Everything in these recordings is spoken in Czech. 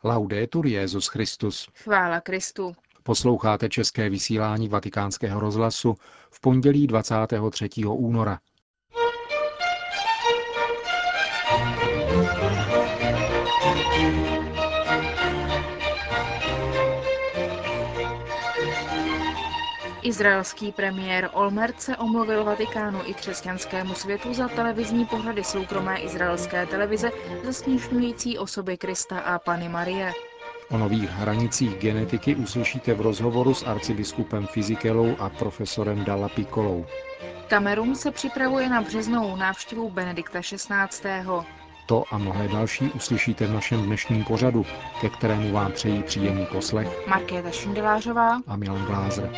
Laudetur Jesus Christus. Chvála Kristu. Posloucháte české vysílání Vatikánského rozhlasu v pondělí 23. února. Izraelský premiér Olmert se omluvil Vatikánu i křesťanskému světu za televizní pohrady soukromé izraelské televize zesměšňující osoby Krista a Panny Marie. O nových hranicích genetiky uslyšíte v rozhovoru s arcibiskupem Fizikelou a profesorem Dalla Piccolou. Kamerun se připravuje na březnovou návštěvu Benedikta XVI. To a mnohé další uslyšíte v našem dnešním pořadu, ke kterému vám přejí příjemný poslech Markéta Šindelářová a Milan Glázer.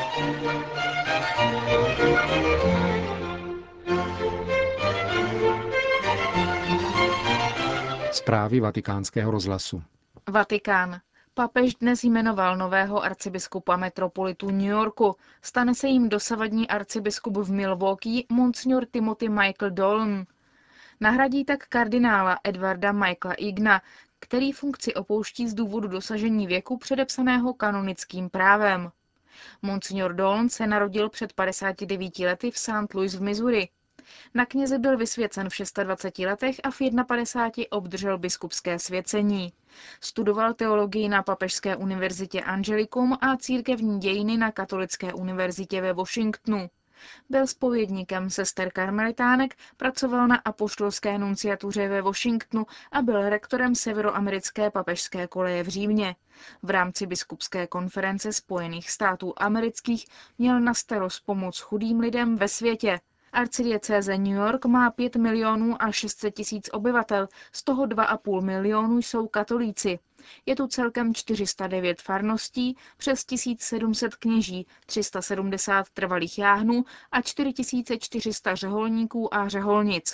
Zprávy Vatikánského rozhlasu. Vatikán. Papež dnes jmenoval nového arcibiskupa metropolitu New Yorku. Stane se jim dosavadní arcibiskup v Milwaukee, monsignor Timothy Michael Dolan. Nahradí tak kardinála Edwarda Michaela Igna, který funkci opouští z důvodu dosažení věku předepsaného kanonickým právem. Monsignor Dolan se narodil před 59 lety v St. Louis v Missouri. Na kněze byl vysvěcen v 26 letech a v 51 obdržel biskupské svěcení. Studoval teologii na Papežské univerzitě Angelicum a církevní dějiny na Katolické univerzitě ve Washingtonu. Byl zpovědníkem sester karmelitánek, pracoval na apoštolské nunciatuře ve Washingtonu a byl rektorem Severoamerické papežské koleje v Římě. V rámci biskupské konference Spojených států amerických měl na starost pomoc chudým lidem ve světě. Arcidiecéze New York má 5 milionů a 600 tisíc obyvatel, z toho 2,5 milionu jsou katolíci. Je tu celkem 409 farností, přes 1700 kněží, 370 trvalých jáhnů a 4400 řeholníků a řeholnic.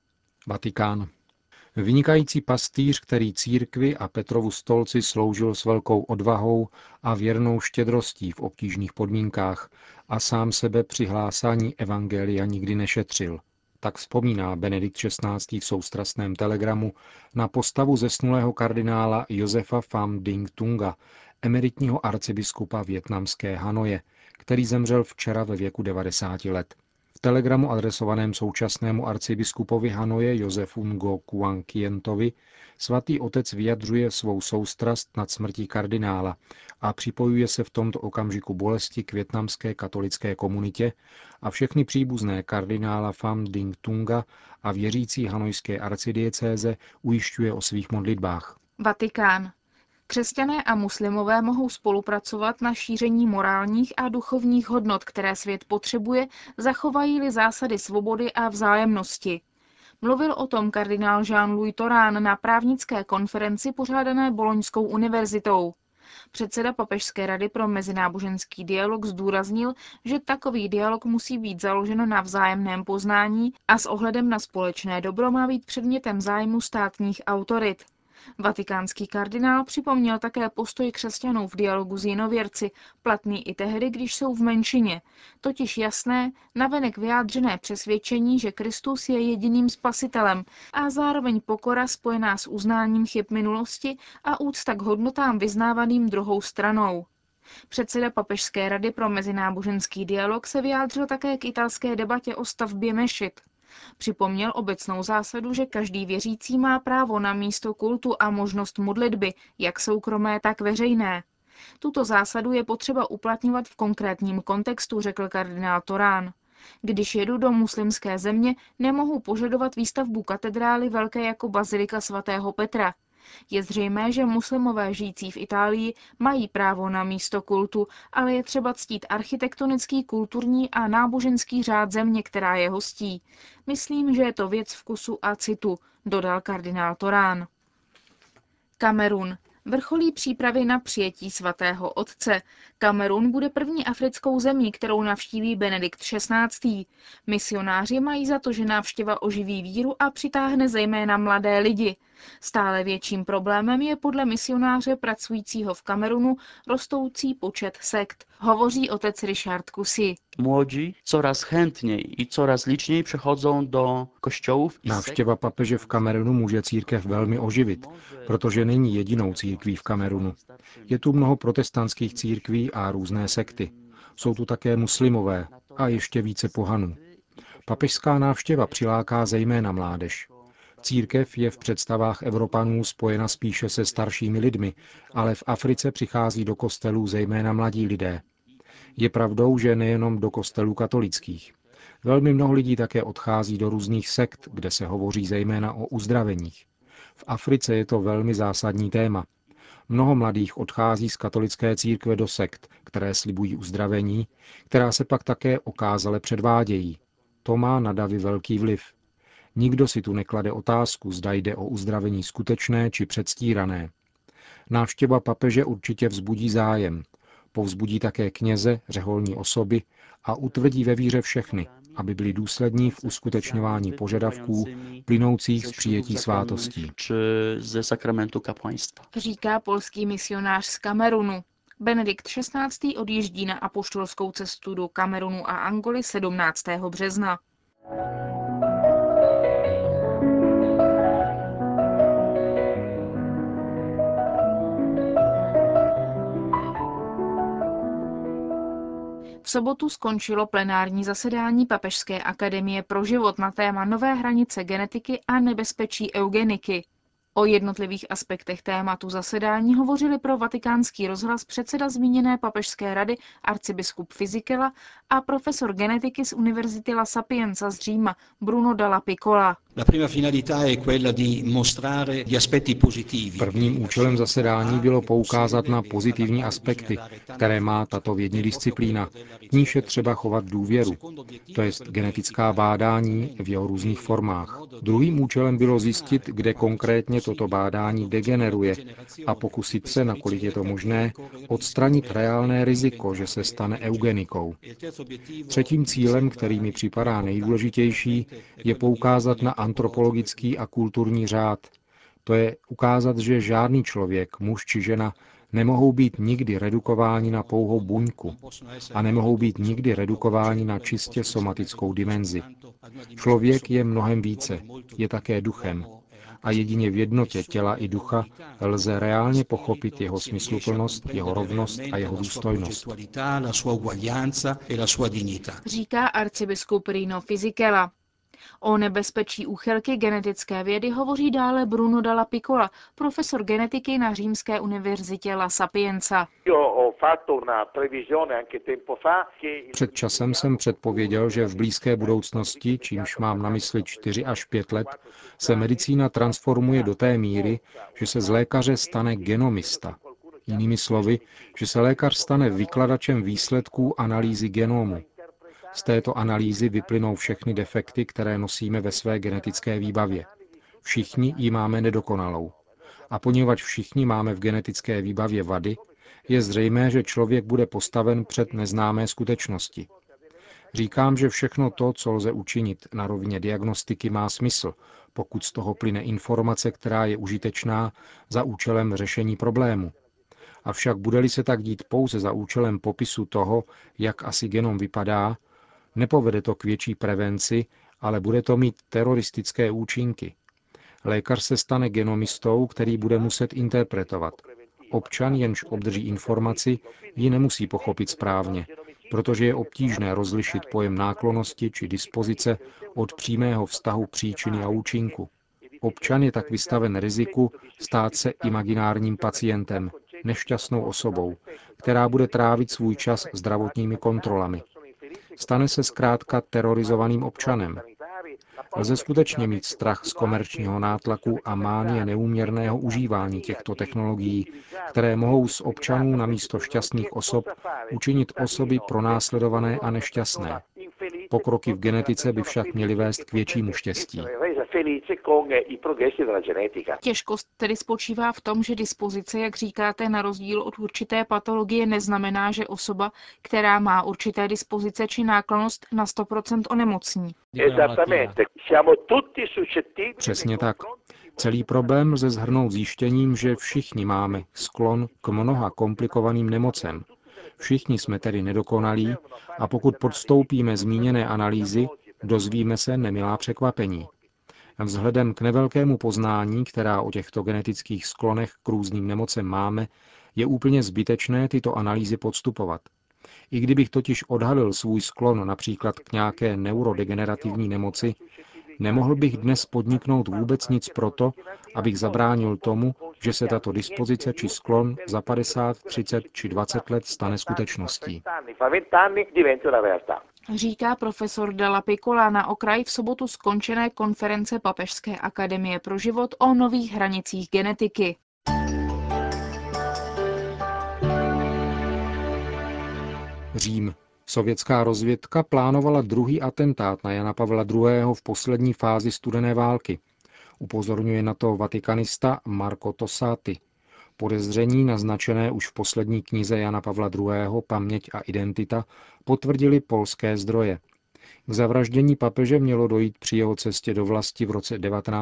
Vatikán. Vynikající pastýř, který církvi a Petrovu stolci sloužil s velkou odvahou a věrnou štědrostí v obtížných podmínkách a sám sebe při hlásání evangelia nikdy nešetřil. Tak vzpomíná Benedikt XVI. V soustrastném telegramu na postavu zesnulého kardinála Josefa Pham Dinh Tunga, emeritního arcibiskupa vietnamské Hanoje, který zemřel včera ve věku 90 let. V telegramu adresovaném současnému arcibiskupovi Hanoje Josefu Ngo Quang Kientovi svatý otec vyjadřuje svou soustrast nad smrtí kardinála a připojuje se v tomto okamžiku bolesti k vietnamské katolické komunitě a všechny příbuzné kardinála Pham Dinh Tunga a věřící hanojské arcidiecéze ujišťuje o svých modlitbách. Vatikán. Křesťané a muslimové mohou spolupracovat na šíření morálních a duchovních hodnot, které svět potřebuje, zachovají-li zásady svobody a vzájemnosti. Mluvil o tom kardinál Jean-Louis Torán na právnické konferenci pořádané Boloňskou univerzitou. Předseda Papežské rady pro mezináboženský dialog zdůraznil, že takový dialog musí být založen na vzájemném poznání a s ohledem na společné dobro má být předmětem zájmu státních autorit. Vatikánský kardinál připomněl také postoj křesťanů v dialogu s jinověrci, platný i tehdy, když jsou v menšině, totiž jasné, navenek vyjádřené přesvědčení, že Kristus je jediným spasitelem a zároveň pokora spojená s uznáním chyb minulosti a úcta k hodnotám vyznávaným druhou stranou. Předseda Papežské rady pro mezináboženský dialog se vyjádřil také k italské debatě o stavbě mešit. Připomněl obecnou zásadu, že každý věřící má právo na místo kultu a možnost modlitby, jak soukromé, tak veřejné. Tuto zásadu je potřeba uplatňovat v konkrétním kontextu, řekl kardinál Torán. Když jedu do muslimské země, nemohu požadovat výstavbu katedrály velké jako bazilika svatého Petra. Je zřejmé, že muslimové žijící v Itálii mají právo na místo kultu, ale je třeba ctít architektonický, kulturní a náboženský řád země, která je hostí. Myslím, že je to věc vkusu a citu, dodal kardinál Torán. Kamerun. Vrcholí přípravy na přijetí svatého otce. Kamerun bude první africkou zemí, kterou navštíví Benedikt XVI. Misionáři mají za to, že návštěva oživí víru a přitáhne zejména mladé lidi. Stále větším problémem je podle misionáře pracujícího v Kamerunu rostoucí počet sekt, hovoří otec Richard Kusi. Młodzi coraz chętniej i coraz liczniej przychodzą do kościołów i sekt. Návštěva papeže v Kamerunu může církev velmi oživit, protože není jedinou církví v Kamerunu. Je tu mnoho protestantských církví a různé sekty. Jsou tu také muslimové a ještě více pohanů. Papežská návštěva přiláká zejména mládež. Církev je v představách Evropanů spojena spíše se staršími lidmi, ale v Africe přichází do kostelů zejména mladí lidé. Je pravdou, že nejenom do kostelů katolických. Velmi mnoho lidí také odchází do různých sekt, kde se hovoří zejména o uzdraveních. V Africe je to velmi zásadní téma. Mnoho mladých odchází z katolické církve do sekt, které slibují uzdravení, která se pak také okázale předvádějí. To má na davy velký vliv. Nikdo si tu neklade otázku, zda jde o uzdravení skutečné či předstírané. Návštěva papeže určitě vzbudí zájem. Povzbudí také kněze, řeholní osoby a utvrdí ve víře všechny, aby byli důslední v uskutečňování požadavků plynoucích z přijetí svátostí. Říká polský misionář z Kamerunu. Benedikt XVI. Odjíždí na apoštolskou cestu do Kamerunu a Angoly 17. března. V sobotu skončilo plenární zasedání Papežské akademie pro život na téma nové hranice genetiky a nebezpečí eugeniky. O jednotlivých aspektech tématu zasedání hovořili pro Vatikánský rozhlas předseda zmíněné papežské rady arcibiskup Fisichella a profesor genetiky z Univerzity La Sapienza z Říma Bruno Dalla Piccola. Prvním účelem zasedání bylo poukázat na pozitivní aspekty, které má tato vědní disciplína, k níž je třeba chovat důvěru, to jest genetická bádání v jeho různých formách. Druhým účelem bylo zjistit, kde konkrétně toto bádání degeneruje a pokusit se, nakolik je to možné, odstranit reálné riziko, že se stane eugenikou. Třetím cílem, který mi připadá nejdůležitější, je poukázat na antropologický a kulturní řád. To je ukázat, že žádný člověk, muž či žena, nemohou být nikdy redukováni na pouhou buňku a nemohou být nikdy redukováni na čistě somatickou dimenzi. Člověk je mnohem více, je také duchem. A jedině v jednotě těla i ducha lze reálně pochopit jeho smysluplnost, jeho rovnost a jeho důstojnost. Říká arcibiskup Rino Fisichella. O nebezpečí úchylky genetické vědy hovoří dále Bruno Dalla Piccola, profesor genetiky na Římské univerzitě La Sapienza. Před časem jsem předpověděl, že v blízké budoucnosti, čímž mám na mysli 4 až 5 let, se medicína transformuje do té míry, že se z lékaře stane genomista. Jinými slovy, že se lékař stane vykladačem výsledků analýzy genomu. Z této analýzy vyplynou všechny defekty, které nosíme ve své genetické výbavě. Všichni ji máme nedokonalou. A poněvadž všichni máme v genetické výbavě vady, je zřejmé, že člověk bude postaven před neznámé skutečnosti. Říkám, že všechno to, co lze učinit na rovině diagnostiky, má smysl, pokud z toho plyne informace, která je užitečná za účelem řešení problému. Avšak bude-li se tak dít pouze za účelem popisu toho, jak asi genom vypadá, nepovede to k větší prevenci, ale bude to mít teroristické účinky. Lékař se stane genomistou, který bude muset interpretovat. Občan, jenž obdrží informaci, ji nemusí pochopit správně, protože je obtížné rozlišit pojem náklonnosti či dispozice od přímého vztahu příčiny a účinku. Občan je tak vystaven riziku stát se imaginárním pacientem, nešťastnou osobou, která bude trávit svůj čas zdravotními kontrolami. Stane se zkrátka terorizovaným občanem. Lze skutečně mít strach z komerčního nátlaku a mánie neúměrného užívání těchto technologií, které mohou z občanů na místo šťastných osob učinit osoby pronásledované a nešťastné. Pokroky v genetice by však měly vést k většímu štěstí. Těžkost tedy spočívá v tom, že dispozice, jak říkáte, na rozdíl od určité patologie neznamená, že osoba, která má určité dispozice či náklonnost, na 100% onemocní. Přesně tak. Celý problém lze shrnout zjištěním, že všichni máme sklon k mnoha komplikovaným nemocem. Všichni jsme tedy nedokonalí a pokud podstoupíme zmíněné analýzy, dozvíme se nemilá překvapení. Vzhledem k nevelkému poznání, která o těchto genetických sklonech k různým nemocem máme, je úplně zbytečné tyto analýzy podstupovat. I kdybych totiž odhalil svůj sklon například k nějaké neurodegenerativní nemoci, nemohl bych dnes podniknout vůbec nic proto, abych zabránil tomu, že se tato dispozice či sklon za 50, 30 či 20 let stane skutečností. Říká profesor Della Piccola na okraj v sobotu skončené konference Papežské akademie pro život o nových hranicích genetiky. Řím. Sovětská rozvědka plánovala druhý atentát na Jana Pavla II. V poslední fázi studené války. Upozorňuje na to vatikanista Marco Tossati. Podezření naznačené už v poslední knize Jana Pavla II. Paměť a identita potvrdili polské zdroje. K zavraždění papeže mělo dojít při jeho cestě do vlasti v roce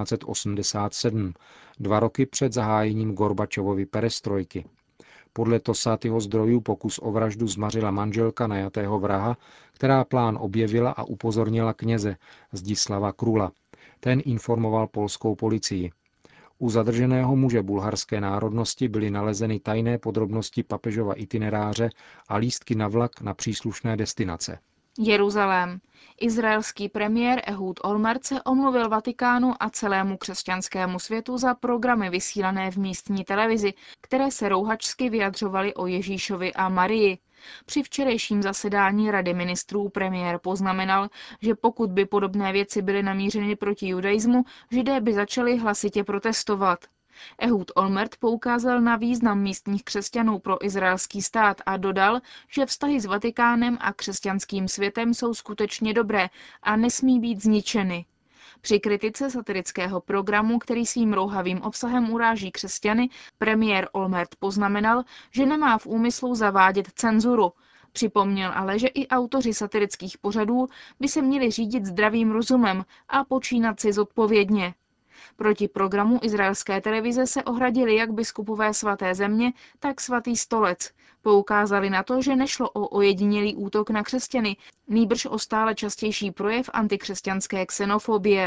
1987, 2 roky před zahájením Gorbačovovy perestrojky. Podle Tossatiho zdrojů pokus o vraždu zmařila manželka najatého vraha, která plán objevila a upozornila kněze Zdislava Krula. Ten informoval polskou policii. U zadrženého muže bulharské národnosti byly nalezeny tajné podrobnosti papežova itineráře a lístky na vlak na příslušné destinace. Jeruzalém. Izraelský premiér Ehud Olmert se omluvil Vatikánu a celému křesťanskému světu za programy vysílané v místní televizi, které se rouhačsky vyjadřovaly o Ježíšovi a Marii. Při včerejším zasedání Rady ministrů premiér poznamenal, že pokud by podobné věci byly namířeny proti judaismu, Židé by začali hlasitě protestovat. Ehud Olmert poukázal na význam místních křesťanů pro izraelský stát a dodal, že vztahy s Vatikánem a křesťanským světem jsou skutečně dobré a nesmí být zničeny. Při kritice satirického programu, který svým rouhavým obsahem uráží křesťany, premiér Olmert poznamenal, že nemá v úmyslu zavádět cenzuru. Připomněl ale, že i autoři satirických pořadů by se měli řídit zdravým rozumem a počínat si zodpovědně. Proti programu izraelské televize se ohradili jak biskupové Svaté země, tak Svatý stolec. Poukázali na to, že nešlo o ojedinělý útok na křesťany, nýbrž o stále častější projev antikřesťanské xenofobie.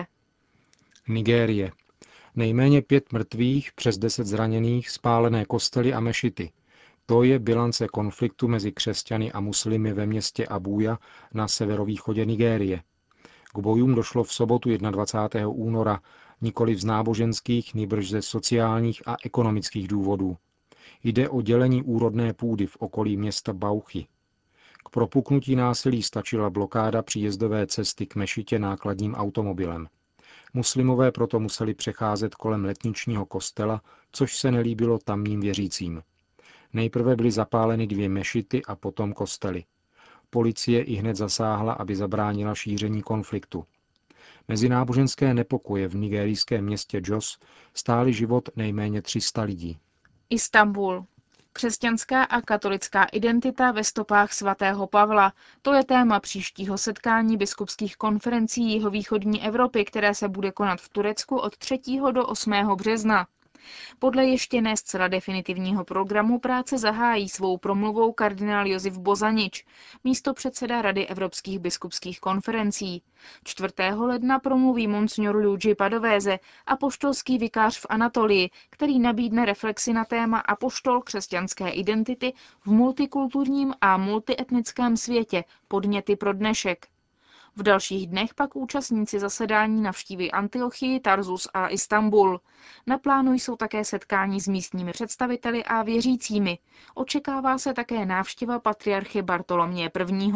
Nigérie. Nejméně 5 mrtvých, přes 10 zraněných, spálené kostely a mešity. To je bilance konfliktu mezi křesťany a muslimy ve městě Abuja na severovýchodě Nigérie. K bojům došlo v sobotu 21. února, nikoli z náboženských, nýbrž ze sociálních a ekonomických důvodů. Jde o dělení úrodné půdy v okolí města Bauchy. K propuknutí násilí stačila blokáda příjezdové cesty k mešitě nákladním automobilem. Muslimové proto museli přecházet kolem letničního kostela, což se nelíbilo tamním věřícím. Nejprve byly zapáleny 2 mešity a potom kostely. Policie ihned zasáhla, aby zabránila šíření konfliktu. Mezináboženské nepokoje v nigerijském městě Jos stály život nejméně 300 lidí. Istanbul. Křesťanská a katolická identita ve stopách svatého Pavla. To je téma příštího setkání biskupských konferencí jihovýchodní Evropy, které se bude konat v Turecku od 3. do 8. března. Podle ještě ne zcela definitivního programu práce zahájí svou promluvou kardinál Josif Bozanič, místopředseda Rady evropských biskupských konferencí. 4. ledna promluví monsignor Luigi Padovese, apoštolský vikář v Anatolii, který nabídne reflexi na téma apoštol křesťanské identity v multikulturním a multietnickém světě, podněty pro dnešek. V dalších dnech pak účastníci zasedání navštíví Antiochii, Tarsus a Istanbul. Na plánu jsou také setkání s místními představiteli a věřícími. Očekává se také návštěva patriarchy Bartoloměje I.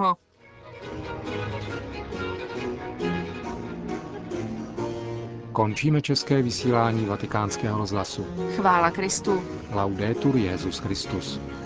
Končíme české vysílání Vatikánského rozhlasu. Chvála Kristu. Laudetur Jesus Christus.